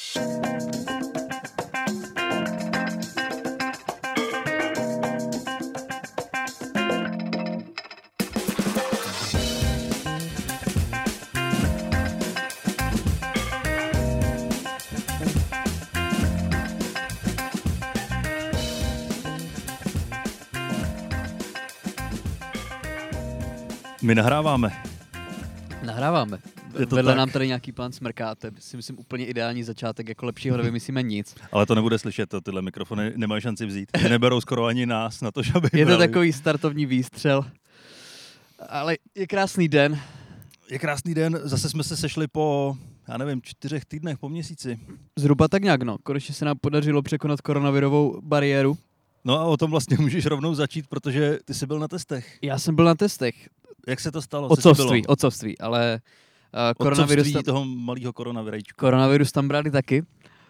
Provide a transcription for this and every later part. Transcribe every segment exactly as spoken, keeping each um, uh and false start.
My nahráváme. Nahráváme. Vedle tak. Nám tady nějaký pán smrkáte. Si myslím úplně ideální začátek, jako lepšího nevymyslíme nic. Ale to nebude slyšet, to tyhle mikrofony nemají šanci vzít. Neberou skoro ani nás na to, že aby Je to brali. Takový startovní výstřel. Ale je krásný den. Je krásný den, zase jsme se sešli po, já nevím, čtyřech týdnech, po měsíci. Zhruba tak nějak, no. Konečně se nám podařilo překonat koronavirovou bariéru. No a o tom vlastně můžeš rovnou začít, protože ty jsi byl na testech. Já jsem byl na testech. Jak se to stalo? Otcovství, otcovství, ale uh, koronavirus tam, toho malého koronavirejčku. Koronavirus tam brali taky. Uh,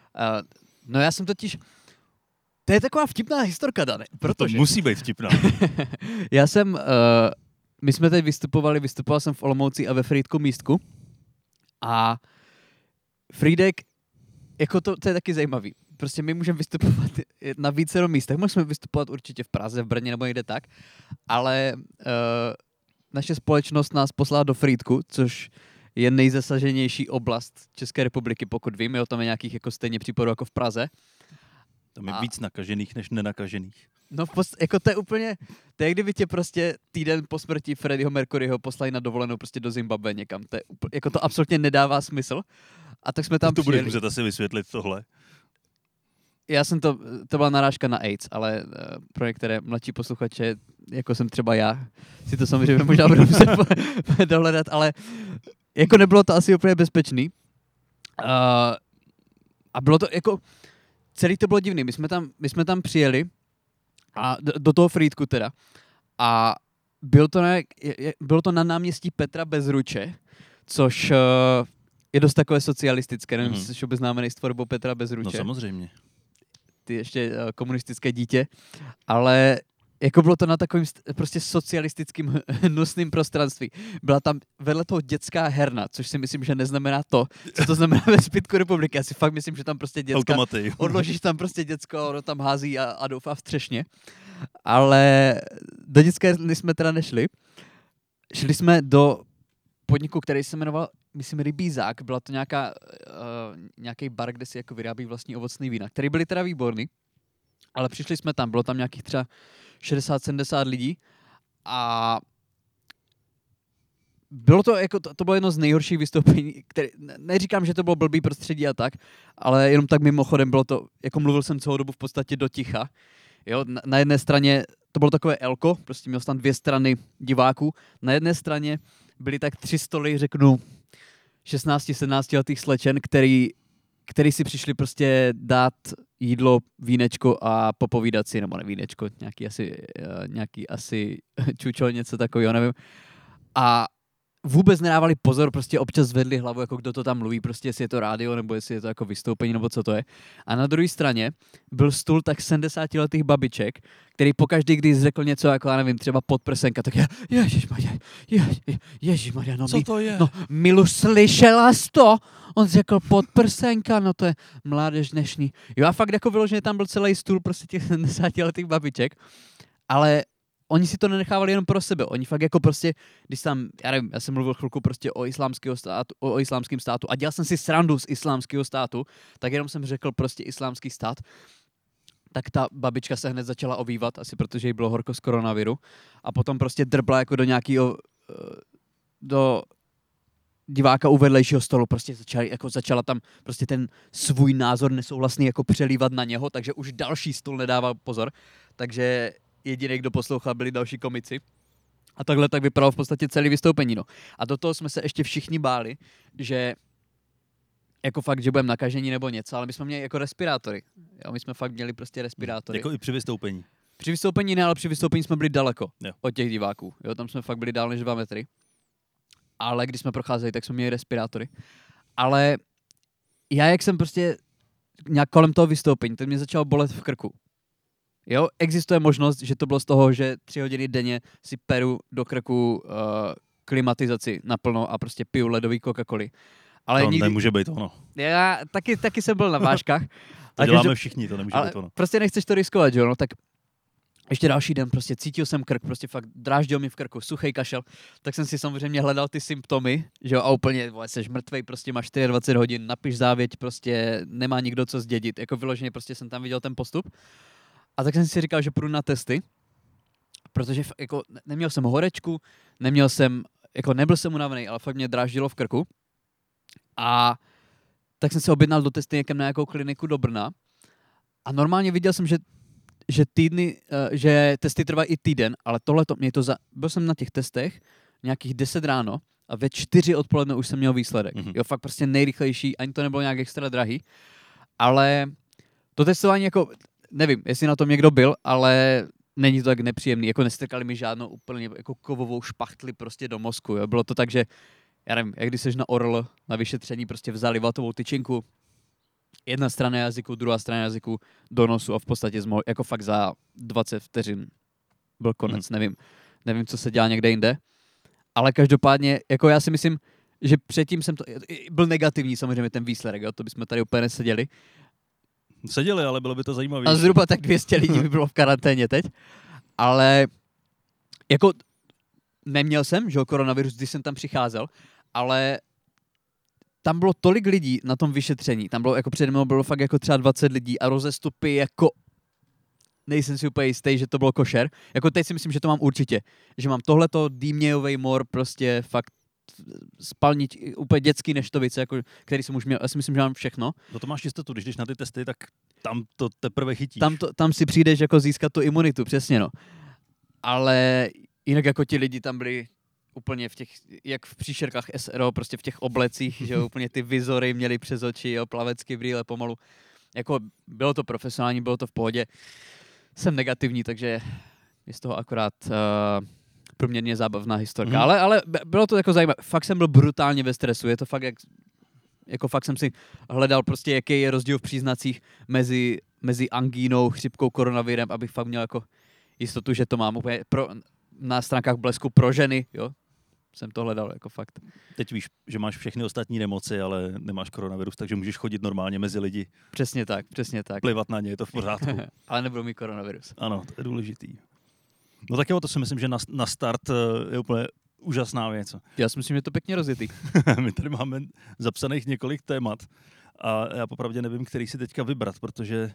no já jsem totiž... To je taková vtipná historka, Dane, protože... To musí být vtipná. já jsem... Uh, my jsme teď vystupovali, vystupoval jsem v Olomouci a ve Frýdku Místku. A Frýdek, jako to, to je taky zajímavý. Prostě my můžeme vystupovat na vícero místech. Můžeme vystupovat určitě v Praze, v Brně nebo někde tak. Ale... Uh, naše společnost nás poslala do Frýdku, což je nejzasaženější oblast České republiky, pokud vím. Je o tom je nějakých jako stejně případů jako v Praze. Tam je a... víc nakažených než nenakažených. No post, jako to je úplně, to je kdyby tě prostě týden po smrti Freddieho Mercuryho poslali na dovolenou prostě do Zimbabwe někam. To je úplně, jako to absolutně nedává smysl. A tak jsme tam to přijeli. budeš muset asi vysvětlit tohle. Já jsem to, to byla narážka na AIDS, ale uh, pro některé mladší posluchače, jako jsem třeba já, si to samozřejmě možná budu muset dohledat, ale jako nebylo to asi úplně bezpečný. Uh, a bylo to jako, celý to bylo divný. My jsme tam, my jsme tam přijeli a do, do toho Frýdku teda a bylo to, na, je, bylo to na náměstí Petra Bezruče, což uh, je dost takové socialistické, nevím, jestli jsi obeznámený s tvorbou Petra Bezruče. No samozřejmě. Ty ještě uh, komunistické dítě, ale jako bylo to na takovým prostě socialistickým hnusným prostranství. Byla tam vedle toho dětská herna, což si myslím, že neznamená to, co to znamená ve zbytku republiky. Já si fakt myslím, že tam prostě děcka... Automaty. Odložíš tam prostě děcko, ono tam hází a, a doufá v třešně. Ale do dětské herny jsme teda nešli. Šli jsme do podniku, který se jmenoval, myslím, Rybízák. Byla to nějaká, uh, nějaký bar, kde si jako vyrábí vlastní ovocný vína, který byly teda výborný. Ale přišli jsme tam, bylo tam nějakých třeba šedesát sedmdesát lidí a bylo to, jako, to, to bylo jedno z nejhorších vystoupení, které, neříkám, že to bylo blbý prostředí a tak, ale jenom tak mimochodem bylo to, jako mluvil jsem celou dobu v podstatě do ticha. Jo, na, na jedné straně to bylo takové elko, prostě měl jsem tam dvě strany diváků, na jedné straně byly tak tři stoly, řeknu, šestnáct sedmnáct letých slečen, který který si přišli prostě dát jídlo, vínečko a popovídat si, nebo ne vínečko, nějaký asi, uh, nějaký asi čučo, něco takového, nevím. A vůbec nedávali pozor, prostě občas zvedli hlavu, jako kdo to tam mluví, prostě jestli je to rádio, nebo jestli je to jako vystoupení, nebo co to je. A na druhé straně byl stůl tak sedmdesátiletých babiček, který pokaždý, když řekl něco, jako já nevím, třeba podprsenka, tak já, ježišmarja, je, ježišmarja, no, co to je? No, Milu, slyšela jsi to? On řekl podprsenka, no to je mládež dnešní. Jo, a fakt jako vyloženě tam byl celý stůl prostě těch sedmdesátiletých babiček, ale oni si to nenechávali jenom pro sebe. Oni fakt jako prostě, když tam, já nevím, já jsem mluvil chvilku prostě o islámského státu, o, o islámském státu a dělal jsem si srandu z islámského státu, tak jenom jsem řekl prostě islámský stát. Tak ta babička se hned začala obývat, asi protože jí bylo horko z koronaviru. A potom prostě drbla jako do nějakého, do diváka u vedlejšího stolu. Prostě začala, jako začala tam prostě ten svůj názor nesouhlasný jako přelívat na něho, takže už další stůl nedával pozor. Takže jediný, kdo poslouchal, byli další komici. A takhle tak vypadalo v podstatě celý vystoupení. No. A do toho jsme se ještě všichni báli, že jako fakt, že budeme nakažení nebo něco, ale my jsme měli jako respirátory. Jo, my jsme fakt měli prostě respirátory. Jako i při vystoupení. Při vystoupení ne, ale při vystoupení jsme byli daleko jo. od těch diváků. Jo, tam jsme fakt byli dál než dva metry. Ale když jsme procházeli, tak jsme měli respirátory. Ale já, jak jsem prostě nějak kolem toho vystoupení, tak mě začalo bolet v krku. Jo, existuje možnost, že to bylo z toho, že tři hodiny denně si peru do krku uh, klimatizaci naplno a prostě piju ledový Coca-Coly. Ale to nikdy... nemůže být ono. Já taky, taky jsem byl na vážkách. To děláme všichni, to nemůže ale být ono. prostě nechceš to riskovat, že jo, no tak ještě další den prostě cítil jsem krk, prostě fakt dráždil mi v krku, suchej kašel, tak jsem si samozřejmě hledal ty symptomy, že jo, a úplně, vole, seš mrtvej, prostě máš dvacet čtyři hodin, napiš závěť, prostě nemá nikdo co zdědit, jako vyloženě prostě jsem tam viděl ten postup. A tak jsem si říkal, že půjdu na testy, protože jako neměl jsem horečku, neměl jsem, jako nebyl jsem unavený, ale fakt mě dráždilo v krku. A tak jsem se objednal do testy někam na nějakou kliniku do Brna. A normálně viděl jsem, že, že týdny, uh, že testy trvají i týden, ale tohle to mě to za... Byl jsem na těch testech nějakých deset ráno a ve čtyři odpoledne už jsem měl výsledek. Mm-hmm. Jo, fakt prostě nejrychlejší, ani to nebylo nějak extra drahý. Ale to testování jako, nevím, jestli na tom někdo byl, ale není to tak nepříjemný. Jako nestrkali mi žádnou úplně jako kovovou špachtli prostě do mozku. Jo. Bylo to tak, že já nevím, jak když seš na orl, na vyšetření, prostě vzali vatovou tyčinku, jedna strana jazyku, druhá strana jazyku do nosu a v podstatě zmohl, jako fakt za dvacet vteřin byl konec, hmm. nevím. Nevím, co se dělá někde jinde. Ale každopádně, jako já si myslím, že předtím jsem to, byl negativní samozřejmě ten výsledek, jo, to bychom tady úplně neseděli. Seděli, ale bylo by to zajímavé. A zhruba tak dvě stě lidí by bylo v karanténě teď. Ale jako neměl jsem, že koronavirus, když jsem tam přicházel, ale tam bylo tolik lidí na tom vyšetření, tam bylo jako přede mnou bylo fakt jako třeba dvacet lidí a rozestupy jako nejsem si úplně jistý, že to bylo košer. Jako teď si myslím, že to mám určitě. Že mám tohleto dýmějovej mor, prostě fakt spalnič, úplně dětský neštovice, jako, který jsem už měl, já si myslím, že mám všechno. No to máš jistotu, když jdeš na ty testy, tak tam to teprve chytíš. Tam, to, tam si přijdeš jako získat tu imunitu, přesně no. Ale jinak jako ti lidi tam byli úplně v těch, jak v příšerkách S R O, prostě v těch oblecích, že jo, úplně ty vizory měli přes oči, jo, plavecky brýle pomalu. Jako bylo to profesionální, bylo to v pohodě. Jsem negativní, takže je z toho akorát uh, poměrně zábavná historka. Mm. Ale, ale bylo to jako zajímavé. Fakt jsem byl brutálně ve stresu. Je to fakt jak, jako fakt jsem si hledal prostě, jaký je rozdíl v příznacích mezi, mezi angínou, chřipkou, koronavirem, abych fakt měl jako jistotu, že to mám úplně pro, na stránkách Blesku pro ženy, jo. Jsem to hledal jako fakt. Teď víš, že máš všechny ostatní nemoci, ale nemáš koronavirus, takže můžeš chodit normálně mezi lidi. Přesně tak, přesně tak. Plivat na ně, je to v pořádku. Ale nebudu mít koronavirus. Ano, to je důležitý. No tak jo, to si myslím, že na, na start je úplně úžasná věc. Já si myslím, že je to pěkně rozjetý. My tady máme zapsaných několik témat a já popravdě nevím, který si teďka vybrat, protože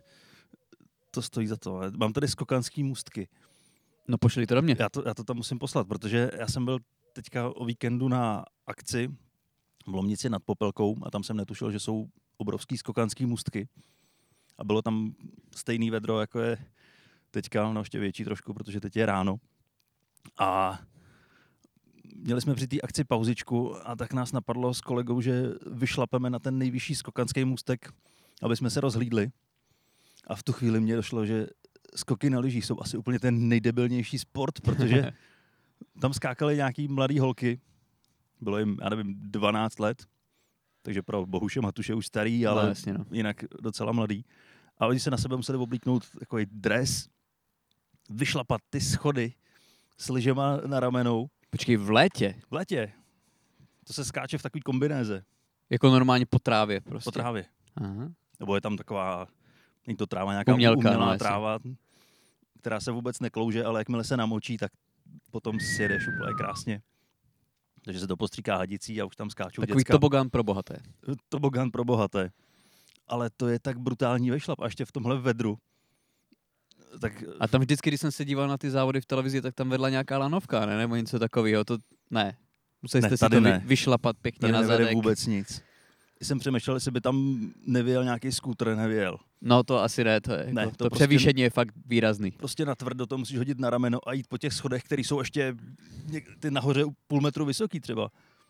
to stojí za to. Mám tady skokanský můstky. No pošli to do mě. Já to, já to tam musím poslat, protože já jsem byl teďka o víkendu na akci v Lomnici nad Popelkou a tam jsem netušil, že jsou obrovský skokanský můstky. A bylo tam stejný vedro, jako je teďka, no ještě větší trošku, protože teď je ráno. A měli jsme při té akci pauzičku a tak nás napadlo s kolegou, že vyšlapeme na ten nejvyšší skokanský můstek, aby jsme se rozhlídli. A v tu chvíli mě došlo, že skoky na lyžích jsou asi úplně ten nejdebilnější sport, protože tam skákaly nějaký mladý holky. Bylo jim, já nevím, dvanáct let. Takže pro Bohuše Matuše už starý, ale no, jasně, no. Jinak docela mladý. A oni se na sebe museli oblíknout takový dres, vyšlapat ty schody s lyžema na ramenou. Počkej, v létě? V létě. To se skáče v takový kombinéze. Jako normálně po trávě prostě? Po trávě. Aha. Nebo je tam taková, není to tráva, nějaká Umělka, umělá no, tráva, která se vůbec neklouže, ale jakmile se namočí, tak potom sjedeš úplně krásně. Takže se to postříká hadicí a už tam skáčou Takový děcka. tobogán pro bohaté. Tobogán pro bohaté. Ale to je tak brutální vešlap. A ještě v tomhle vedru. Tak... A tam vždycky, když jsem se díval na ty závody v televizi, tak tam vedla nějaká lanovka, ne? Nebo něco takového. To ne. Museli jste ne, si to ne. vyšlapat pěkně tady na zadek. Tady vůbec nic. Jsem přemýšlel, jestli by tam nevyjel nějaký skútr, nevyjel. No to asi ne, to, je, ne, jako, to, to prostě převýšení je fakt výrazný. Prostě natvrdo to musíš hodit na rameno a jít po těch schodech, které jsou ještě ty nahoře půl metru vysoký třeba.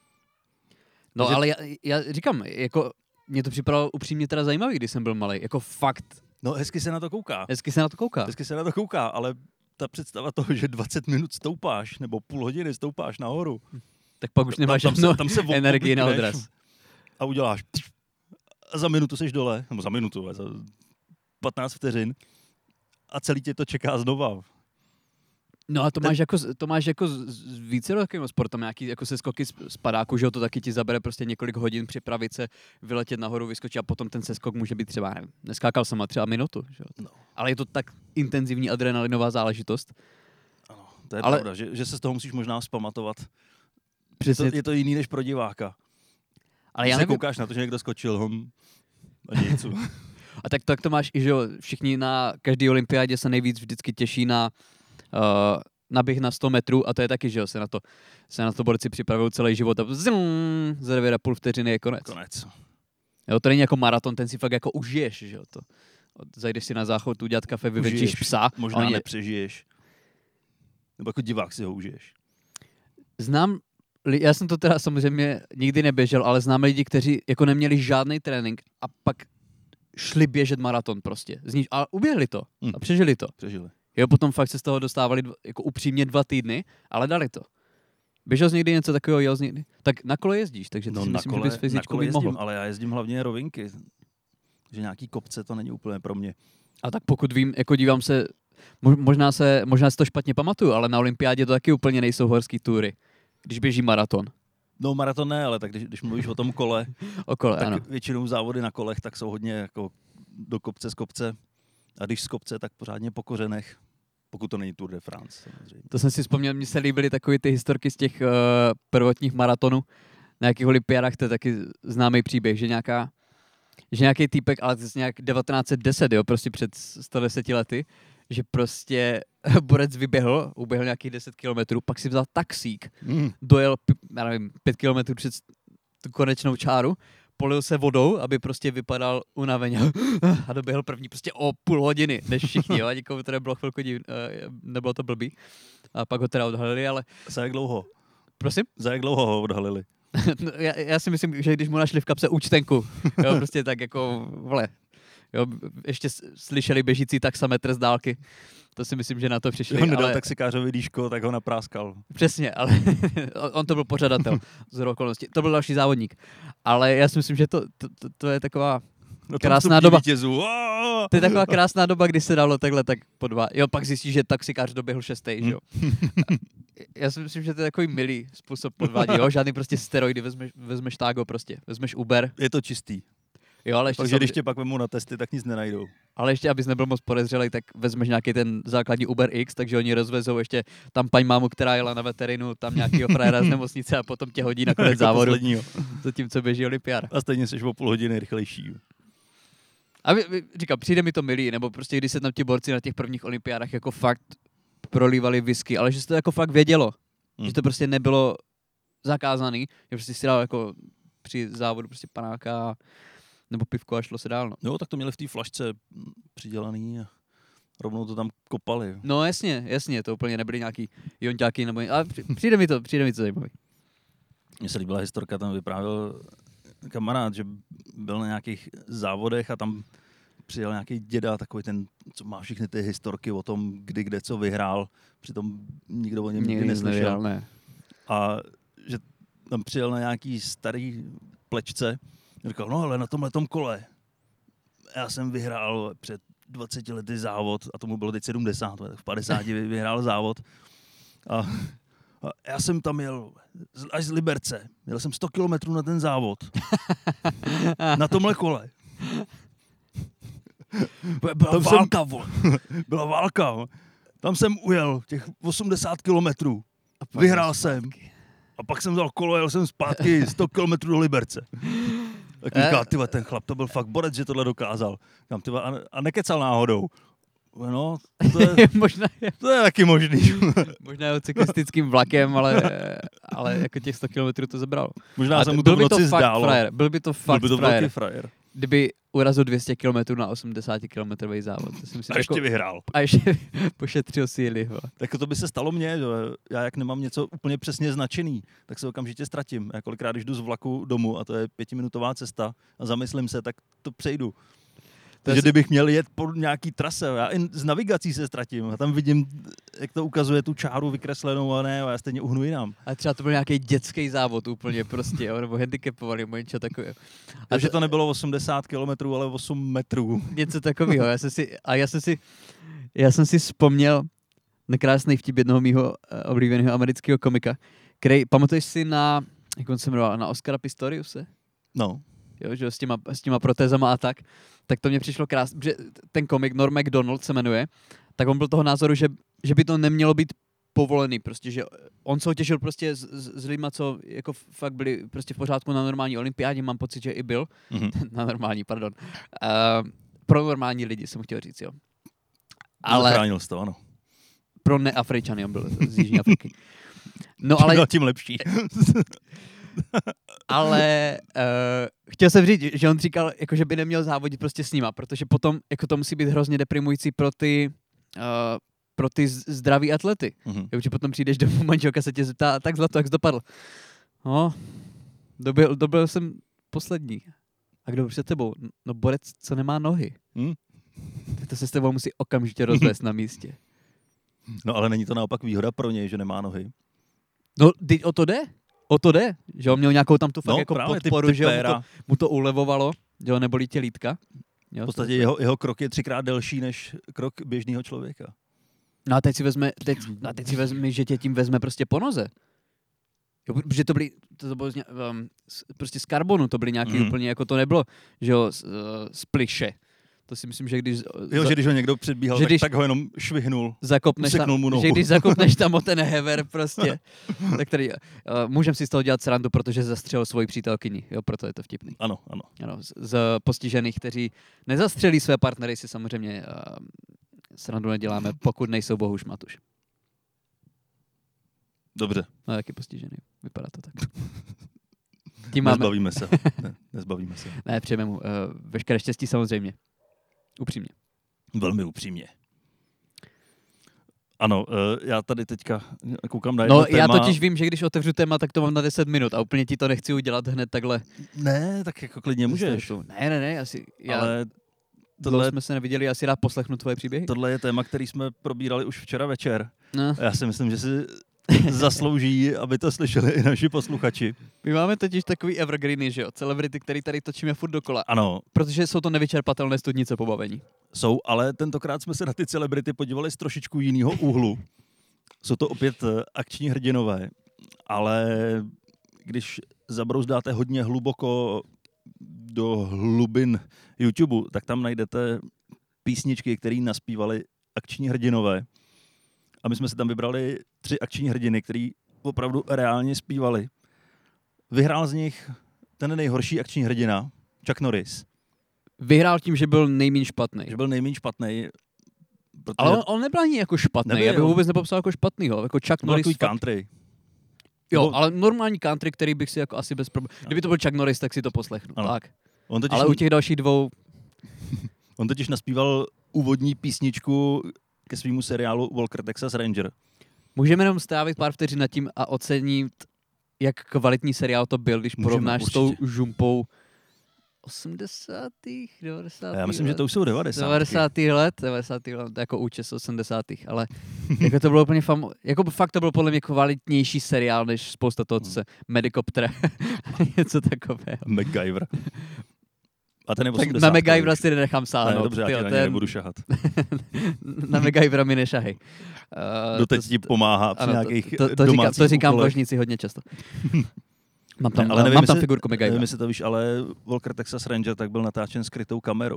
No Takže... ale já, já říkám, jako mě to připadalo upřímně teda zajímavý, když jsem byl malej, jako fakt. No hezky se na to kouká. Hezky se na to kouká. Hezky se na to kouká, ale ta představa toho, že dvacet minut stoupáš, nebo půl hodiny stoupáš nahoru. Tak pak už nemáš tam, tam, tam se energii na odraz. A uděláš a za minutu seš dole, nebo za minutu, za patnáct vteřin a celý tě to čeká znova. No a to Ten- máš jako, to máš jako s- s více takovým sportem, nějaký jako se skoky z z padáku, že jo, to taky ti zabere prostě několik hodin připravit se, vyletět nahoru, vyskočit a potom ten seskok může být třeba, nevím, neskákal jsem a třeba minutu, že jo. No. Ale je to tak intenzivní adrenalinová záležitost. Ano, to je Ale- pravda, že, že se z toho musíš možná vzpamatovat. Je Přesně. to, je to jiný než pro diváka. Ale Když já se nevím, koukáš na to, že někdo skočil, hom, a nic. a tak, tak to máš i, že jo, všichni na každé olympiádě se nejvíc vždycky těší na uh, na běh na sto metrů a to je taky, že jo, se na to, se na to borci připravují celý život a zim, za devět a půl vteřiny je konec. Konec. Jo, to není jako maraton, ten si fakt jako užiješ, že jo, to. Zajdeš si na záchod, udělat kafe, vyvenčíš Užiješ. psa. Možná oni- nepřežiješ. Nebo jako divák si ho užiješ. Znám, li- já jsem to teda samozřejmě nikdy neběžel, ale znám lidi, kteří jako neměli žádný trénink a pak šli běžet maraton prostě. Z ní, a uběhli to Hm. a přežili to. Přežili. Jo, potom fakt se z toho dostávali dva, jako upřímně dva týdny, ale dali to. Běžel jsi někdy něco takového, jel jsi někdy? Tak na kole jezdíš, takže ty No si na myslím, kole, že bys na fyzičku kole být jezdím, mohl. ale já jezdím hlavně rovinky. Že nějaký kopce to není úplně pro mě. A tak pokud vím, jako dívám se, mo- možná se, možná si to špatně pamatuju, ale na olympiádě to taky úplně nejsou horský tury, když běží maraton. No maraton ne, ale tak když, když mluvíš o tom kole, Okolo, tak ano. většinou závody na kolech tak jsou hodně jako do kopce z kopce. A když z kopce, tak pořádně po kořenech. Pokud to není Tour de France, samozřejmě. To jsem si vzpomněl, mně se líbily takové ty historky z těch uh, prvotních maratonů na jakých olympiádách, to je taky známý příběh, že nějaká, že nějaký týpek, ale to je nějak devatenáct set deset, jo, prostě před sto deseti lety, že prostě borec vyběhl, uběhl nějakých deset kilometrů, pak si vzal taxík, Mm. dojel, pi- já nevím, pět kilometrů před tu konečnou čáru, polil se vodou, aby prostě vypadal unaveně a doběhl první prostě o půl hodiny, než všichni, jo, a nikomu to nebylo chvilku div, eh, nebylo to blbý. A pak ho teda odhalili, ale Za jak dlouho? prosím? Za jak dlouho ho odhalili? No, já, já, si myslím, že když mu našli v kapse účtenku, jo, prostě tak jako, vole, jo, ještě s- slyšeli běžící taxametr z dálky, to si myslím, že na to přišli, On nedal ale taxikářovi dýško, tak ho napráskal. přesně, ale on to byl pořadatel z okolností, to byl další závodník, ale já si myslím, že to, to, to, to je taková, No Krásná doba. Vítězů. to je taková krásná doba, kdy se dalo takhle tak po dva, jo, pak zjistíš, že taxikář doběhl šestý, že jo. Já si myslím, že to je takový milý způsob podvádí, jo, žádný prostě steroidy, vezmeš, vezmeš tágo prostě, vezmeš Uber, Je to čistý. jo, ale ještě, Takže když samozřejmě- tě pak vemu na testy, tak nic nenajdou. ale ještě, abys nebyl moc podezřelej, tak vezmeš nějaký ten základní Uber X, takže oni rozvezou ještě tam paní mámu, která jela na veterinu, tam nějakýho frajera z nemocnice a potom tě hodí na konec Jako závodu, posledního. zatímco běží olympiáda. A stejně jsi o půl hodiny rychlejší. A vy, vy, říkám, přijde mi to milý, nebo prostě když se tam ti borci na těch prvních olympiádách jako fakt prolívali whisky, ale že se to jako fakt vědělo, Hmm. že to prostě nebylo zakázaný, že prostě si dal jako při závodu prostě panáka nebo pivko a šlo se dál, no. Jo, tak to měli v té flašce mm, přidělaný a rovnou to tam kopali. No jasně, jasně, to úplně nebyly nějaký jonťáky nebo, ale při- přijde mi to, přijde mi to zajímavý. Mně se líbila historka, tam vyprávěl kamarád, že byl na nějakých závodech a tam přijel nějaký děda, takový ten, co má všechny ty historky o tom, kdy kde co vyhrál, přitom nikdo o něm nikdy nic nevěděl, neslyšel. ne. A že tam přijel na nějaký starý plečce a říkal, no ale na tomhletom kole já jsem vyhrál před dvaceti lety závod a tomu bylo teď sedmdesát, tak v padesáti vy- vyhrál závod. A, a já jsem tam jel z- až z Liberce. Jel jsem sto kilometrů na ten závod. Na tomhle kole. Byla Tam jsem- válka, vole. Byla válka. Tam jsem ujel těch osmdesát kilometrů. A pak Vyhrál jsme jsem. zpátky. A pak jsem vzal kolo, jel jsem zpátky sto kilometrů do Liberce. Tak mi Eh. říkal, tyhle, ten chlap, to byl fakt borec, že tohle dokázal. Kam, tyhle, a, a nekecal náhodou. No, to je, možná, je, to je taky možný. možná je cyklistickým vlakem, ale, ale jako těch sto kilometrů to zabral. Možná A se mu to byl v by noci to fakt zdálo. frajer, byl by to Byl fakt by to frajer, velký frajer. kdyby urazil dvě stě kilometrů na osmdesátikilometrový závod. To si myslím, A ještě jako, vyhrál. a ještě pošetřil síly. Vole. Tak to by se stalo mně, že já jak nemám něco úplně přesně značený, tak se okamžitě ztratím. Já kolikrát, když jdu z vlaku domů a to je pětiminutová cesta a zamyslím se, tak to přejdu. Takže je- kdybych měl jet po nějaký trase, já i z navigací se ztratím a tam vidím, jak to ukazuje tu čáru vykreslenou a ne, a já stejně uhnu jinam. A třeba to byl nějaký dětský závod úplně prostě, jo, nebo handicapovaný, nebo něco takového. A Takže to nebylo osmdesát kilometrů, ale osm metrů. něco takového. Já jsem si, a já jsem si, já jsem si vzpomněl, na krásný vtip jednoho mýho uh, oblíbeného amerického komika, který, pamatuješ si na, jak on se jmenoval, na Oscara Pistoriuse? No. Jo, že s těma, s těma protézama a tak, tak to mě přišlo krásně, že ten komik Norm Macdonald se jmenuje, tak on byl toho názoru, že, že by to nemělo být povolený, prostě, že on soutěžil prostě s, s, s lidma, co jako fakt byli prostě v pořádku na normální olympiádě, mám pocit, že i byl, mm-hmm. na normální, pardon, uh, pro normální lidi jsem chtěl říct, jo. Ale zachránil jsi to, ano. Pro neafričany, on byl z Jižní Afriky. No ale... Tím, tím lepší. Ale uh, chtěl jsem říct, že on říkal, jako, že by neměl závodit prostě s nima, protože potom jako to musí být hrozně deprimující pro ty, uh, pro ty zdraví atlety. Mm-hmm. Jo, že potom přijdeš do manželka, se tě zeptá, tak zlato, jak jsi dopadl? No, dobil, dobil jsem poslední. A kdo před tebou? No borec, co nemá nohy. Mm. Tak to se s tebou musí okamžitě rozvést na místě. No ale není to naopak výhoda pro něj, že nemá nohy? No, teď o to jde. O to jde, že on měl nějakou tam tu fakt no, jako právě, podporu, ty, ty že mu to, mu to ulevovalo, že ho nebolí tě lítka. Jo, v podstatě jeho, jeho krok je třikrát delší než krok běžného člověka. No a teď si vezme, teď, no a teď si vezme, že tě tím vezme prostě po noze. Jo, protože to byly, to bylo z, um, prostě z karbonu, to byly nějaký mm. úplně, jako to nebylo, že jo, z, uh, z pliše. To si myslím, že když... Jo, za, že když ho někdo předbíhal, tak, když tak ho jenom švihnul. Zakopneš tam, mu nohu. Že když zakopneš tam o ten hever prostě. tak tady, uh, můžem si z toho dělat srandu, protože zastřelil svoji přítelkyni. Jo, proto je to vtipný. Ano, ano. ano z, z postižených, kteří nezastřelí své partnery, si samozřejmě uh, srandu neděláme, pokud nejsou bohuž matuš. Dobře. No, jak je postižený. Vypadá to tak. Tím máme... Nezbavíme se. Ne, nezbavíme se. Ne, přejeme mu uh, veškeré štěstí samozřejmě. Upřímně. Velmi upřímně. Ano, uh, já tady teďka koukám na jedno No, téma. já totiž vím, že když otevřu téma, tak to mám na deset minut a úplně ti to nechci udělat hned takhle. Ne, tak jako klidně můžeš. Ne, ne, ne, asi... Já... Ale tohle jsme se neviděli, asi rád poslechnu tvoje příběhy. Tohle je téma, který jsme probírali už včera večer. No. Já si myslím, že si zaslouží, aby to slyšeli i naši posluchači. My máme totiž takový evergreeny, že jo? Celebrity, který tady točíme furt dokola. Ano. Protože jsou to nevyčerpatelné studnice pobavení. Jsou, ale tentokrát jsme se na ty celebrity podívali z trošičku jiného úhlu. Jsou to opět akční hrdinové, ale když zabrouzdáte hodně hluboko do hlubin YouTube, tak tam najdete písničky, které naspívali akční hrdinové. A my jsme si tam vybrali tři akční hrdiny, který opravdu reálně zpívali. Vyhrál z nich ten nejhorší akční hrdina, Chuck Norris. Vyhrál tím, že byl nejméně špatný. Že byl nejméně špatný. Protože... Ale on, on nebyl ani jako špatný. Já bych ho vůbec nepopsal jako špatnýho. Jako Chuck to Norris. Fakt... country. Jo, Nebo... ale normální country, který bych si jako asi bez problémů... Kdyby to byl Chuck Norris, tak si to poslechnu. Tak. On totiž... Ale u těch dalších dvou... On totiž naspíval úvodní písničku ke svýmu seriálu Walker Texas Ranger. Můžeme jenom strávit pár vteřin nad tím a ocenit, jak kvalitní seriál to byl, když Můžeme, porovnáš určitě. s tou žumpou osmdesátých, devadesátých Já myslím, let. že to už jsou devadesátky. devadesátých let, devadesátých let, jako účes osmdesátých, ale jako to bylo úplně famo... Jako fakt to byl podle mě kvalitnější seriál, než spousta toho, co se Medicopter, něco takového. MacGyver. A ten je tak na MacGyvera si nenechám sáhnout. Ne, dobře, já ti na ten... nebudu šahat. Na MacGyvera mi nešahej. Uh, Doteď to, ti pomáhá při ano, nějakých to, to, to domácích říkám, to říkám v úkolech. Ložnici hodně často. Mám tam, ne, ale nevím, mám tam jestli, figurku MacGyvera. Nevím, jestli to víš, ale Walker Texas Ranger tak byl natáčen skrytou kamerou.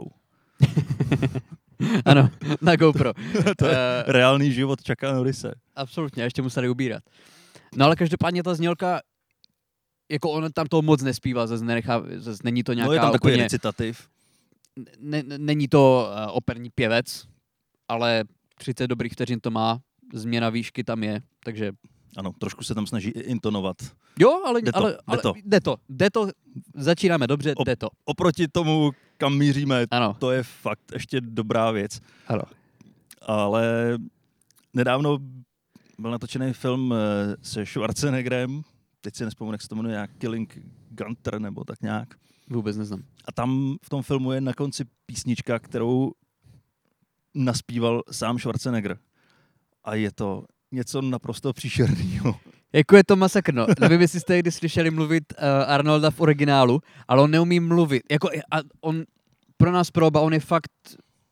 Ano, na GoPro. To je uh, reálný život Chucka Norrise. Absolutně, ještě museli ubírat. No ale každopádně ta znělka, jako on tam toho moc nespívá, zase, nenechá, zase není to nějaká... No je tam takový úplně, recitativ. Ne, není to uh, operní pěvec, ale třicet dobrých vteřin to má, změna výšky tam je, takže... Ano, trošku se tam snaží intonovat. Jo, ale jde to, ale, jde ale to. Jde to, jde to, začínáme dobře, o, jde to. Oproti tomu, kam míříme, ano. To je fakt ještě dobrá věc. Ano. Ale nedávno byl natočený film se Schwarzeneggerem, teď si nespomínám, jak se to jmenuje, jak Killing Gunter nebo tak nějak. Vůbec neznám. A tam v tom filmu je na konci písnička, kterou naspíval sám Schwarzenegger. A je to něco naprosto příšerného. Jako je to masakr, no. Nevím, jestli jste někdy slyšeli mluvit uh, Arnolda v originálu, ale on neumí mluvit. Jako, a on pro nás pro oba, on je fakt,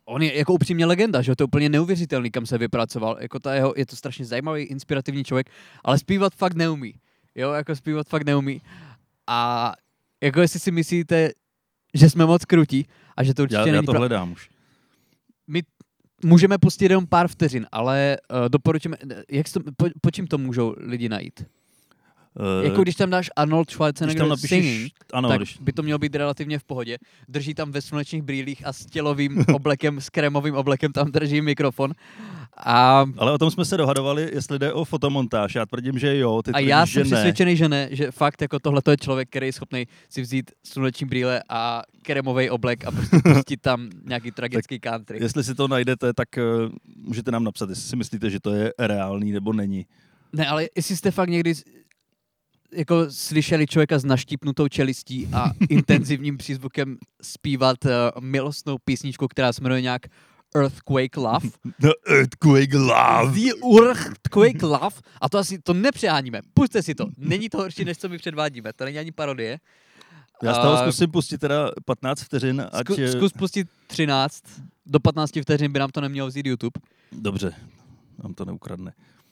on je jako upřímně legenda, že to je úplně neuvěřitelný, kam se vypracoval. Jako ta jeho, je to strašně zajímavý, inspirativní člověk, ale zpívat fakt neumí. Jo, jako zpívat fakt neumí. A jako jestli si myslíte, že jsme moc krutí a že to určitě já, není... Já to pra... hledám už. My můžeme pustit jenom pár vteřin, ale uh, doporučíme... Jak to, po, po čím to můžou lidi najít? Uh, jako když tam dáš Arnold Schwarzenegger tam napíšeš, singing, ano, tak když... by to mělo být relativně v pohodě. Drží tam ve slunečních brýlích a s tělovým oblekem, s krémovým oblekem tam drží mikrofon. A... Ale o tom jsme se dohadovali, jestli jde o fotomontáž. Já tvrdím, že jo, ty A tvrdíš, já že jsem ne. přesvědčený, že ne, že fakt jako tohle je člověk, který je schopný si vzít sluneční brýle a krémový oblek a prostě pustit tam nějaký tragický country. Jestli si to najdete, tak uh, můžete nám napsat, jestli si myslíte, že to je reálný nebo není. Ne, ale jestli jste fakt někdy jako slyšeli člověka s naštípnutou čelistí a intenzivním přízvukem zpívat uh, milostnou písničku, která se jmenuje nějak Earthquake Love. The Earthquake Love. The Earthquake Love. A to asi, to nepřeháníme. Puste si to. Není to horší, než co my předvádíme. To není ani parodie. Já z toho uh, zkusím pustit teda patnáct vteřin. Ať... Zku, zkus pustit třináct. Do patnácti vteřin by nám to nemělo vzít YouTube. Dobře. Nám to neukradne.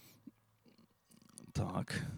Tak.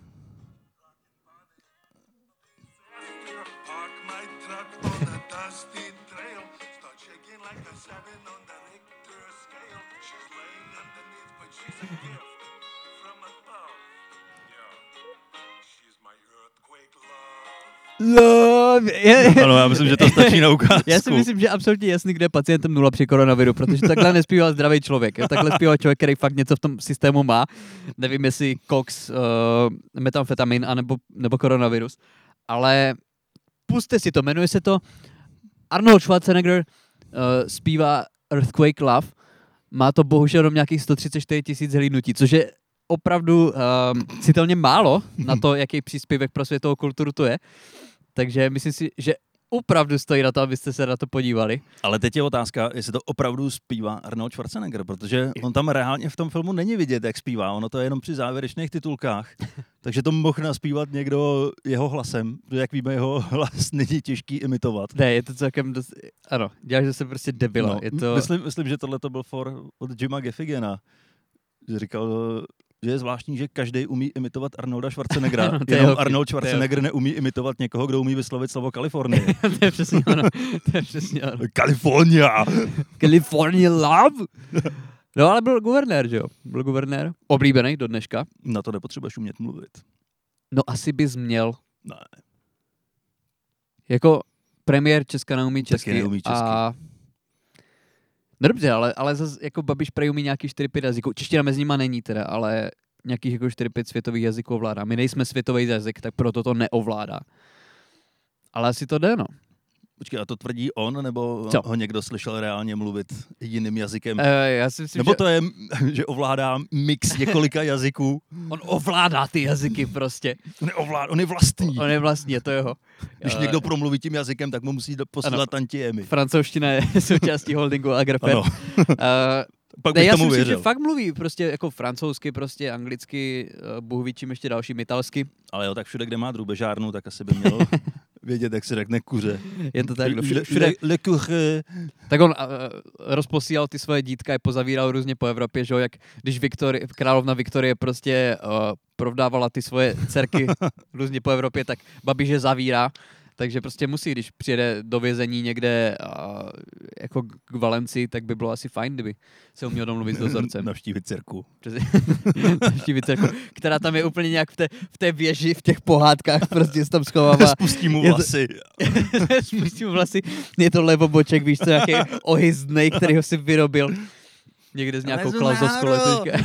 Love. Ano, já myslím, že to stačí na ukázku. Já si myslím, že je absolutně jasný, kde je pacientem nula při koronaviru, protože takhle nespívá zdravý člověk. Jo? Takhle zpívá člověk, který fakt něco v tom systému má. Nevím, jestli koks, uh, metamfetamin anebo, nebo koronavirus. Ale puste si to, jmenuje se to Arnold Schwarzenegger uh, zpívá Earthquake Love. Má to bohužel jenom nějakých sto třicet čtyři tisíc zhlídnutí, což je opravdu um, citelně málo na to, jaký příspěvek pro světovou kulturu to je. Takže myslím si, že opravdu stojí na to, abyste se na to podívali. Ale teď je otázka, jestli to opravdu zpívá Arnold Schwarzenegger, protože on tam reálně v tom filmu není vidět, jak zpívá. Ono to je jenom při závěrečných titulkách. Takže to mohl naspívat někdo jeho hlasem, protože jak víme, jeho hlas není těžký imitovat. Ne, je to celkem dost... Ano, děláš zase prostě debila. No, je to... myslím, myslím, že tohle to byl for od Jima Gaffigena, že říkal, že je zvláštní, že každý umí imitovat Arnolda Schwarzeneggera, no, jenom okay. Arnold Schwarzenegger neumí imitovat někoho, kdo umí vyslovit slovo Kalifornie. To je přesně ono. To je přesně ono. California! California love! No ale byl guvernér, že jo? Byl guvernér. Oblíbený do dneška. Na to nepotřebuješ umět mluvit. No asi bys měl. Ne. Jako premiér Česka neumí česky. Taky neumí česky. A... No dobře, ale, ale zase jako Babiš prej umí nějaký čtyři pět jazyků. Čeština mezi nima není teda, ale nějakých jako čtyři pět světových jazyků ovládá. My nejsme světový jazyk, tak proto to neovládá. Ale asi to jde, no. Počkej, a to tvrdí on, nebo Co? ho někdo slyšel reálně mluvit jiným jazykem? E, já si myslím, nebo že... to je, že ovládá mix několika jazyků? On ovládá ty jazyky prostě. On je, ovládá, on je vlastní. On je vlastní, je to jeho. Když uh, někdo promluví tím jazykem, tak mu musí posílat tantiemy. Francouzština je součástí holdingu Agrofert. Uh, Pak ne, bych já tomu si myslím, věřil. že fakt mluví prostě jako francouzsky, prostě anglicky, uh, bůh ví čím ještě dalším, italsky. Ale jo, tak všude, kde má drůbežárnu, tak asi by měl vědět, jak se řekne kuře. Je to tak, no, všude, Le, všude. le, le kuře. Tak on uh, rozposílal ty svoje dítka, je pozavíral různě po Evropě, že jo, jak když Viktorie, královna Viktorie prostě uh, provdávala ty svoje dcerky různě po Evropě, tak Babiš je zavírá. Takže prostě musí, když přijede do vězení někde uh, jako k Valencii, tak by bylo asi fajn, kdyby se uměl domluvit s dozorcem. Navštívit dcerku. Navštívit dcerku, která tam je úplně nějak v té, v té věži, v těch pohádkách, prostě se tam schovává. Spustí mu vlasy. Spustí mu vlasy. Je to levoboček, víš co, nějaký ohyzdnej, který ho si vyrobil. Někde s nějakou klauzovskou letuškou.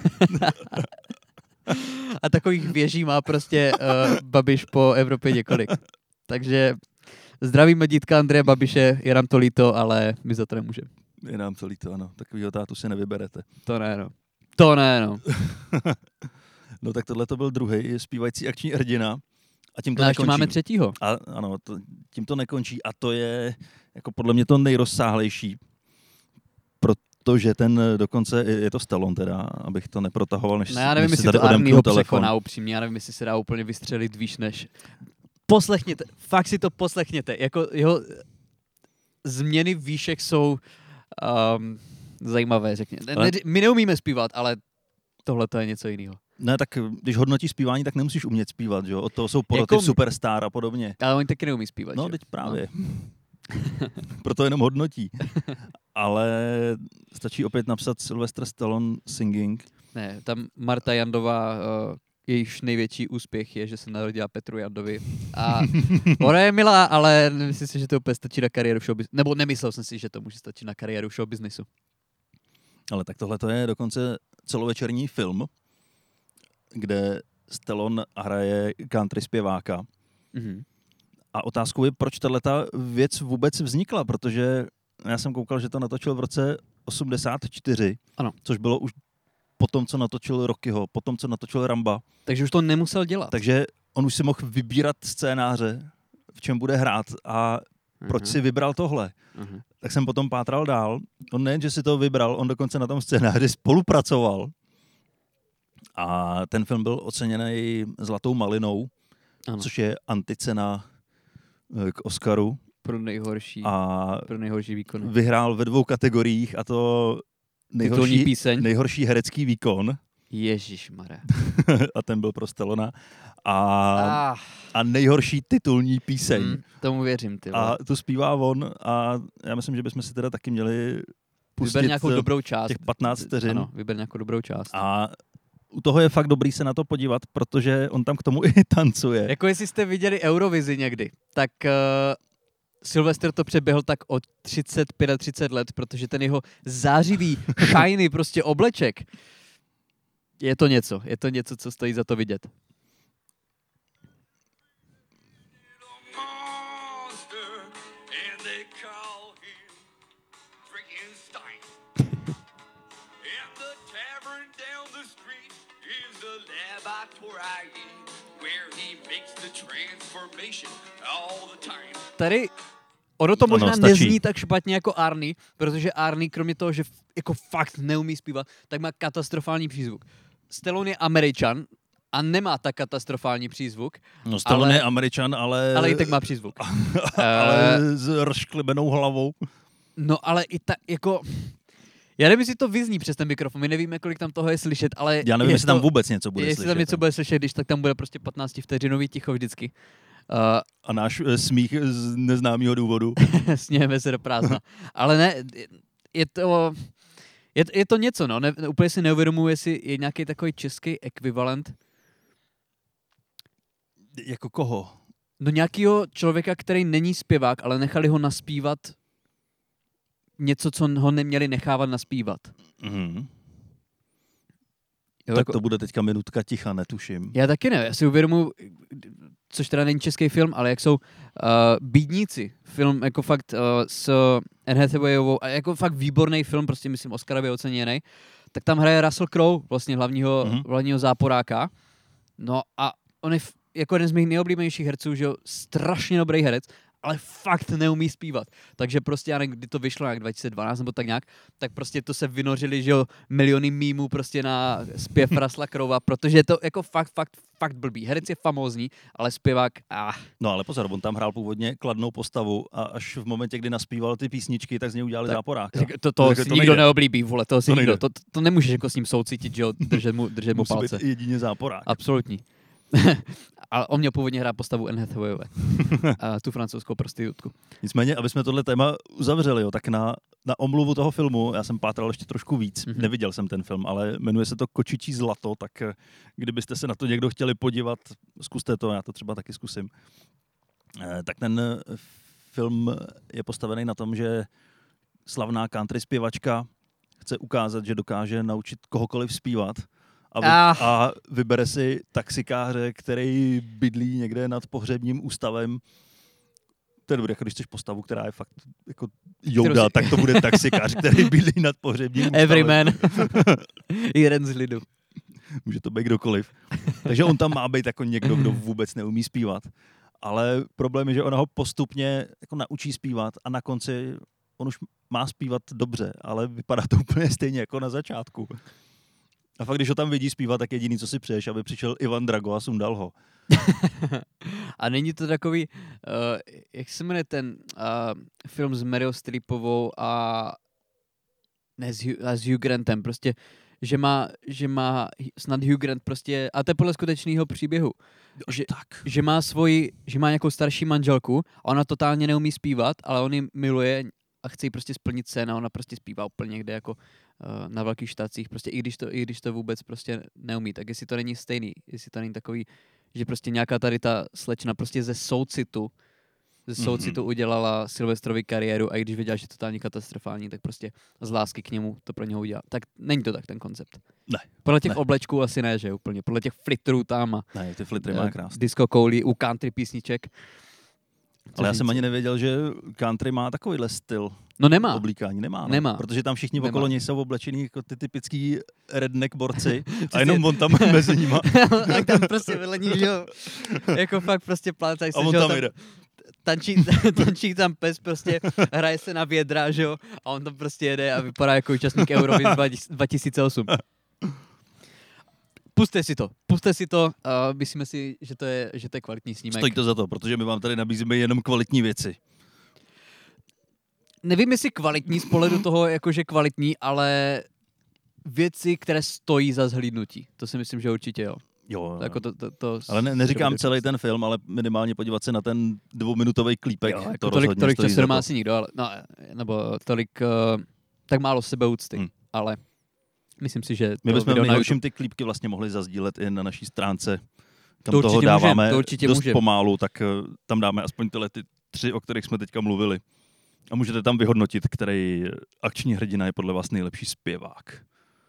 A takových věží má prostě uh, Babiš po Evropě několik. Takže zdravíme dítka Andreje Babiše, je nám to líto, ale my za to nemůžeme. Je nám to líto, ano. Takovýho tátu si nevyberete. To ne, no. To ne, no. No tak tohle to byl druhý zpívající akční hrdina. A tím to no, nekončí. ještě máme třetího. A ano, to, tím to nekončí. A to je jako podle mě to nejrozsáhlejší. Protože ten dokonce, je to Stallone teda, abych to neprotahoval, než, no, já nevím, než si jestli tady to Armího odemknu telefon. překoná upřímně, já nevím, jestli se dá úplně vystřelit výš než... Poslechněte, fakt si to poslechněte. Jako jeho změny výšek jsou Um, zajímavé, řekně. Ale... Ne, my neumíme zpívat, ale tohle to je něco jiného. Ne, tak když hodnotíš zpívání, tak nemusíš umět zpívat, že jo? Od toho jsou poroty jako... Superstar a podobně. Ale oni taky neumí zpívat, No, že? teď právě. No. Proto jenom hodnotí. Ale stačí opět napsat Sylvester Stallone singing. Ne, tam Marta Jandová, uh, jejíž největší úspěch je, že se narodila Petru Jandovi. A ona je milá, ale myslím si, že to úplně stačí na kariéru v showbiznesu. Nebo nemyslel jsem si, že to může stačit na kariéru v showbiznesu. Ale tak tohle to je dokonce celovečerní film, kde Stallone hraje country zpěváka. Mm-hmm. A otázkou je, proč tato věc vůbec vznikla, protože já jsem koukal, že to natočil v roce osmdesát čtyři, ano. Což bylo už po tom, co natočil Rockyho, po tom, co natočil Ramba. Takže už to nemusel dělat. Takže on už si mohl vybírat scénáře, v čem bude hrát a uh-huh. proč si vybral tohle. Uh-huh. Tak jsem potom pátral dál. On nejen, že si to vybral, on dokonce na tom scénáři spolupracoval. A ten film byl oceněný Zlatou malinou, ano. Což je anticena k Oscaru. Pro nejhorší, a pro nejhorší výkon. Vyhrál ve dvou kategoriích a to nejhorší, nejhorší herecký výkon. Ježišmarja. A ten byl pro Stallona. A, ah. a nejhorší titulní píseň. Mm, tomu věřím, ty vole. A tu zpívá on a já myslím, že bychom si teda taky měli pustit vyber nějakou dobrou část. Těch patnáct vteřin. Ano, vyber nějakou dobrou část. A u toho je fakt dobrý se na to podívat, protože on tam k tomu i tancuje. Jako jestli jste viděli Eurovizi někdy, tak uh, Sylvester to přeběhl tak o třicet, třicet pět let, protože ten jeho zářivý, shiny prostě obleček, je to něco, je to něco, co stojí za to vidět. Tady ono to možná ono nezní tak špatně jako Arnie, protože Arnie, kromě toho, že jako fakt neumí zpívat, tak má katastrofální přízvuk. Stallone je Američan a nemá tak katastrofální přízvuk. No Stallone ale, je Američan, ale... Ale i tak má přízvuk. ale s rozšklibenou hlavou. No ale i tak jako... Já nevím, jestli to vyzní přes ten mikrofon, my nevíme, kolik tam toho je slyšet, ale... Já nevím, jestli tam vůbec něco bude jestli slyšet. Jestli tam něco bude slyšet, když tak tam bude prostě patnáctivteřinový ticho vždycky. Uh, a náš uh, smích z neznámého důvodu. Sněheme se do prázdna. Ale ne, je to, je, je to něco, no. Ne, úplně si neuvědomuji, jestli je nějaký takový český ekvivalent. Jako koho? No nějakýho člověka, který není zpěvák, ale nechali ho naspívat něco, co ho neměli nechávat naspívat. Mm-hmm. Jo, tak jako... to bude teďka minutka ticha, netuším. Já taky ne, já si uvědomuji, což teda není český film, ale jak jsou uh, Bídníci, film jako fakt uh, s Anne Hathawayovou, a jako fakt výborný film, prostě myslím Oscarově oceněný, tak tam hraje Russell Crowe, vlastně hlavního, mm-hmm. hlavního záporáka. No a on je f- jako jeden z mých nejoblíbenějších herců, že jo, strašně dobrý herec, ale fakt neumí zpívat. Takže prostě, já nevím, kdy to vyšlo, nějak dva tisíce dvanáct nebo tak nějak, tak prostě to se vynořili, že jo, miliony mýmů prostě na zpěv Russella Crowea, protože je to jako fakt, fakt, fakt blbý. Herec je famózní, ale zpěvák, ah. No ale pozor, on tam hrál původně kladnou postavu a až v momentě, kdy naspíval ty písničky, tak z něj udělali tak, záporáka. To, to, to si to nikdo nejde. Neoblíbí, vole, toho si to nikdo. To, to nemůžeš jako s ním soucítit, že jo, držet mu, držet mu palce. Musí být jedině záporák. Absolutní. A on měl původně hrát postavu Anne Hathawayové, a tu francouzskou prostitutku. Nicméně, aby jsme tohle téma uzavřeli, jo, tak na, na omluvu toho filmu, já jsem pátral ještě trošku víc, mm-hmm. neviděl jsem ten film, ale jmenuje se to Kočičí zlato, tak kdybyste se na to někdo chtěli podívat, zkuste to, já to třeba taky zkusím. Eh, tak ten film je postavený na tom, že slavná country zpěvačka chce ukázat, že dokáže naučit kohokoliv zpívat, A, vy, ah. a vybere si taxikáře, který bydlí někde nad pohřebním ústavem. To je dobré, jako když chceš postavu, která je fakt jako Yoda, tak to bude taxikář, který bydlí nad pohřebním ústavem. Everyman. Jeden z lidu. Může to být kdokoliv. Takže on tam má být jako někdo, kdo vůbec neumí zpívat. Ale problém je, že ona ho postupně jako naučí zpívat a na konci on už má zpívat dobře, ale vypadá to úplně stejně jako na začátku. A fakt, když ho tam vidí zpívat, tak jediný, co si přeješ, aby přišel Ivan Drago a sundal ho. A není to takový, uh, jak se jmenuje ten uh, film s Meryl Streepovou a ne s, Hugh, a s Hugh Grantem, prostě, že má, že má snad Hugh Grant prostě, a to je podle skutečného příběhu, že, tak. že má svoji, že má nějakou starší manželku a ona totálně neumí zpívat, ale on ji miluje a chce jí prostě splnit sen a ona prostě zpívá úplně někde jako uh, na velkých štacích, prostě i když, to, i když to vůbec prostě neumí, tak jestli to není stejný, jestli to není takový, že prostě nějaká tady ta slečna prostě ze Soucitu, ze Soucitu mm-hmm. udělala Silvestrovi kariéru a i když věděla, že je totálně katastrofální, tak prostě z lásky k němu to pro něho udělala. Tak není to tak ten koncept. Ne. Podle těch ne. oblečků asi ne, že úplně. Podle těch flitterů tam a ne, ty flittery má krásný. Disco koulí u country písniček. Ale já jsem ani nevěděl, že country má takovýhle styl. No nemá. Oblíkání nemá. No. Nemá. Protože tam všichni Nemá. okolo něj jsou oblečení jako ty typický redneck borci a jenom on tam mezi nima. A tam prostě vylení, že jo. Jako fakt prostě plácají se, a on že jo. tam Tam jde. tančí, tančí tam pes, prostě hraje se na vědra, že jo. A on tam prostě jede a vypadá jako účastník Eurovize dva tisíce osm. Puste si to, puste si to a myslíme si, že to je, že to je kvalitní snímek. Stojí to za to, protože my vám tady nabízíme jenom kvalitní věci. Nevím, jestli kvalitní z pohledu toho, jakože kvalitní, ale věci, které stojí za zhlídnutí. To si myslím, že určitě jo. Jo, Jako to, to, to ale ne, neříkám celý ten film, ale minimálně podívat se na ten dvouminutový klípek. jo, jako to tolik, rozhodně tolik stojí času za nemá to. asi nikdo, ale, no, nebo tolik, uh, tak málo sebeúcty, hmm. ale myslím si, že My to bychom video na nejhorším YouTube... ty klípky vlastně mohli zazdílet i na naší stránce. Tam To toho určitě dáváme můžem, to určitě dost můžem. pomálu, tak uh, tam dáme aspoň tyhle ty tři, o kterých jsme teďka mluvili. A můžete tam vyhodnotit, který akční hrdina je podle vás nejlepší zpěvák.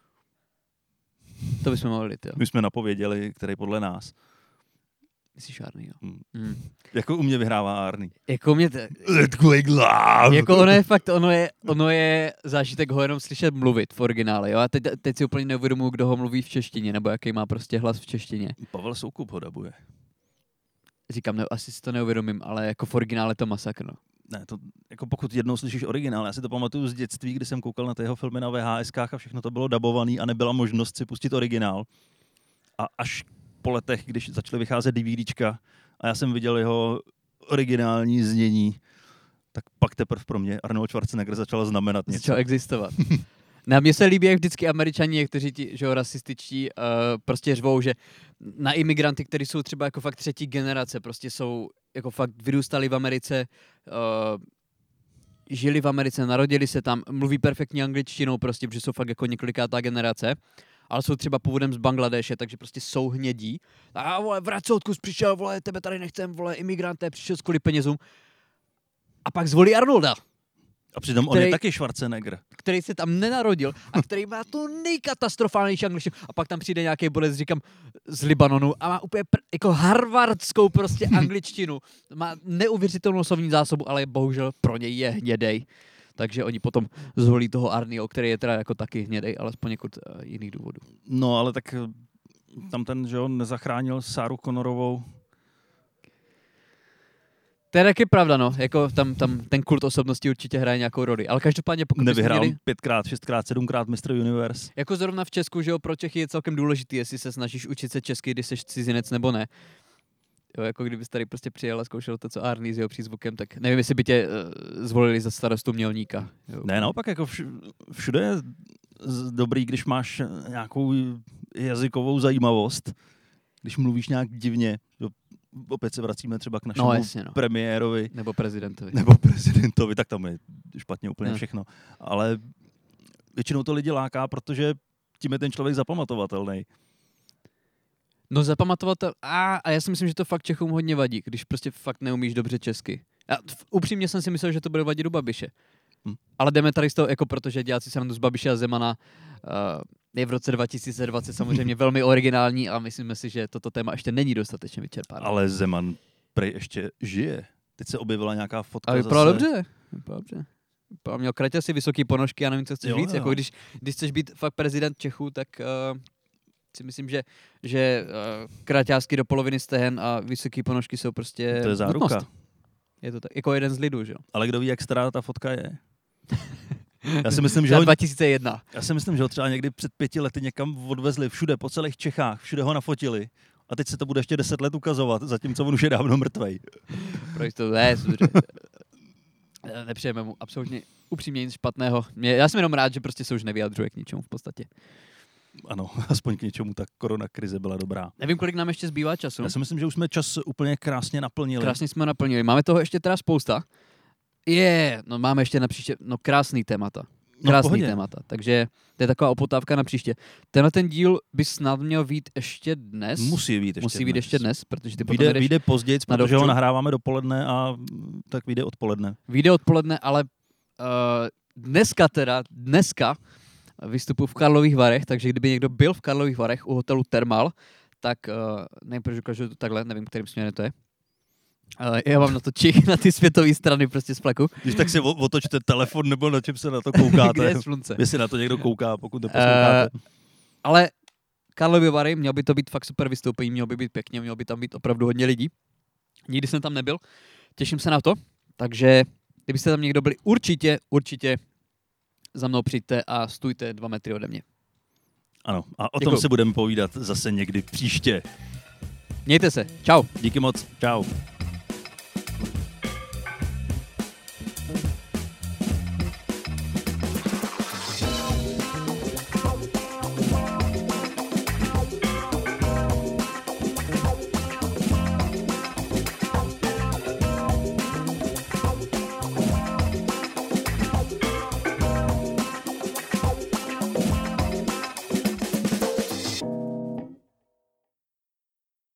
To bychom mohli, jo. My jsme napověděli, který podle nás. Myslíš Arný, jo. Hmm. Hmm. Jako u mě vyhrává Arný. Jako mě... T... Earthquake Love! Jako ono je fakt, ono je, ono je zážitek ho jenom slyšet mluvit v originále, jo. A teď, teď si úplně neuvědomuji, kdo ho mluví v češtině, nebo jaký má prostě hlas v češtině. Pavel Soukup ho dabuje. Říkám, ne, asi si to neuvědomím, ale jako v originále to masakr, no. Ne, to, jako pokud jednou slyšíš originál, já si to pamatuju z dětství, kdy jsem koukal na ty jeho filmy na V H S kách a všechno to bylo dabovaný a nebyla možnost si pustit originál. A až po letech, když začaly vycházet DVDčka a já jsem viděl jeho originální znění, tak pak teprve pro mě Arnold Schwarzenegger začal znamenat něco. Začal existovat. Na mě se líbí, jak vždycky Američani, někteří ti, že jo, rasističtí, uh, prostě řvou, že na imigranty, kteří jsou třeba jako fakt třetí generace, prostě jsou jako fakt vyrůstali v Americe, uh, žili v Americe, narodili se tam, mluví perfektní angličtinou prostě, protože jsou fakt jako několikátá generace, ale jsou třeba původem z Bangladéše, takže prostě jsou hnědí. A vole, vrať se odkud přišel, vole, tebe tady nechcem, vole, imigranté, přišel kvůli penězům. A pak zvolí Arnolda. A přitom který, on je taky Schwarzenegger. Který se tam nenarodil a který má tu nejkatastrofálnější angličtinu. A pak tam přijde nějaký bodec, říkám, z Libanonu a má úplně pr- jako harvardskou prostě angličtinu. Má neuvěřitelnou slovní zásobu, ale bohužel pro něj je hnědej. Takže oni potom zvolí toho Arnieho, který je teda jako taky hnědej, ale z poněkud uh, jiných důvodů. No, ale tak tam ten, že on nezachránil Sáru Connorovou. To je taky pravda, no. Jako tam, tam ten kult osobnosti určitě hraje nějakou roli. Ale každopádně pokud Nevyhrál měli... pětkrát, šestkrát, sedmkrát mistr Universe. Jako zrovna v Česku, že jo, pro Čechy je celkem důležitý, jestli se snažíš učit se česky, když jsi cizinec nebo ne. Jo, jako kdybys tady prostě přijel a zkoušel to, co Arný s jeho přízvukem, tak nevím, jestli by tě uh, zvolili za starostu Mělníka. Jo. Ne, naopak, jako vš- všude je z- dobrý, když máš nějakou jazykovou zajímavost, když mluvíš nějak divně. Jo, opět se vracíme třeba k našemu No, jasně, no. premiérovi. Nebo prezidentovi. Nebo prezidentovi, tak tam je špatně úplně no. všechno. Ale většinou to lidi láká, protože tím je ten člověk zapamatovatelný. No zapamatovatel... A, a já si myslím, že to fakt Čechům hodně vadí, když prostě fakt neumíš dobře česky. Já, upřímně jsem si myslel, že to bude vadit u Babiše. Hm. Ale jdeme tady z toho, jako protože dělat si srandu z Babiše a Zemana uh, je v roce dva tisíce dvacet samozřejmě velmi originální a myslíme si, že toto téma ještě není dostatečně vyčerpáno. Ale Zeman prej ještě žije. Teď se objevila nějaká fotka Ale vypadá zase. dobře. Vypadá dobře. Vypadá, měl kraťasy, vysoký ponožky, já nevím, co chceš Jo, víc. jo. Jako když, když chceš být fakt prezident Čechů, tak uh, si myslím, že, že uh, kraťásky do poloviny stehen a vysoký ponožky jsou prostě To je záruka. nutnost. Je to tak, jako jeden z lidů, že jo? Ale kdo ví, jak stará ta fotka je? Já si myslím, že Za ho, dva tisíce jedna. já si myslím, že ho třeba někdy před pěti lety někam odvezli všude, po celých Čechách, všude ho nafotili. A teď se to bude ještě deset let ukazovat, zatímco on už je dávno mrtvej. Proč to je? Nepřejeme mu absolutně upřímně nic špatného. Mě, já jsem jenom rád, že prostě se už nevyjadřuje k ničemu v podstatě. Ano, aspoň k něčemu ta korona krize byla dobrá. Nevím, kolik nám ještě zbývá času. Já si myslím, že už jsme čas úplně krásně naplnili. Krásně jsme naplnili. Máme toho ještě teda spousta. Je, yeah, no máme ještě na příště, no krásný témata. Krásný no, témata. Takže to je taková opotávka na příště. Tenhle ten díl by snad měl být ještě dnes. Musí být ještě Musí být dnes. ještě dnes, protože ty potom vyjde, jdeš vyjde později, na protože dovču. ho nahráváme dopoledne a tak vyjde odpoledne. Vyjde odpoledne, ale uh, dneska teda, dneska vystupuji v Karlových Varech, takže kdyby někdo byl v Karlových Varech u hotelu Thermal, tak uh, nevím, proč ukážu to takhle, nevím, kterým směrem to je. Uh, já vám natočí na ty světové strany prostě z fleku. Když tak si otočte telefon, nebo na čem se na to koukáte. Kde je slunce? Jestli na to někdo kouká, pokud to posloucháte. Uh, ale Karlovy Vary, měl by to být fakt super vystoupení, mělo by být pěkně, mělo by tam být opravdu hodně lidí. Nikdy jsem tam nebyl, těším se na to, takže kdybyste tam někdo byli, určitě, určitě za mnou přijďte a stůjte dva metry ode mě. Ano, a o Děkuju. tom se budeme povídat zase někdy příště. Mějte se, čau. Díky moc, čau.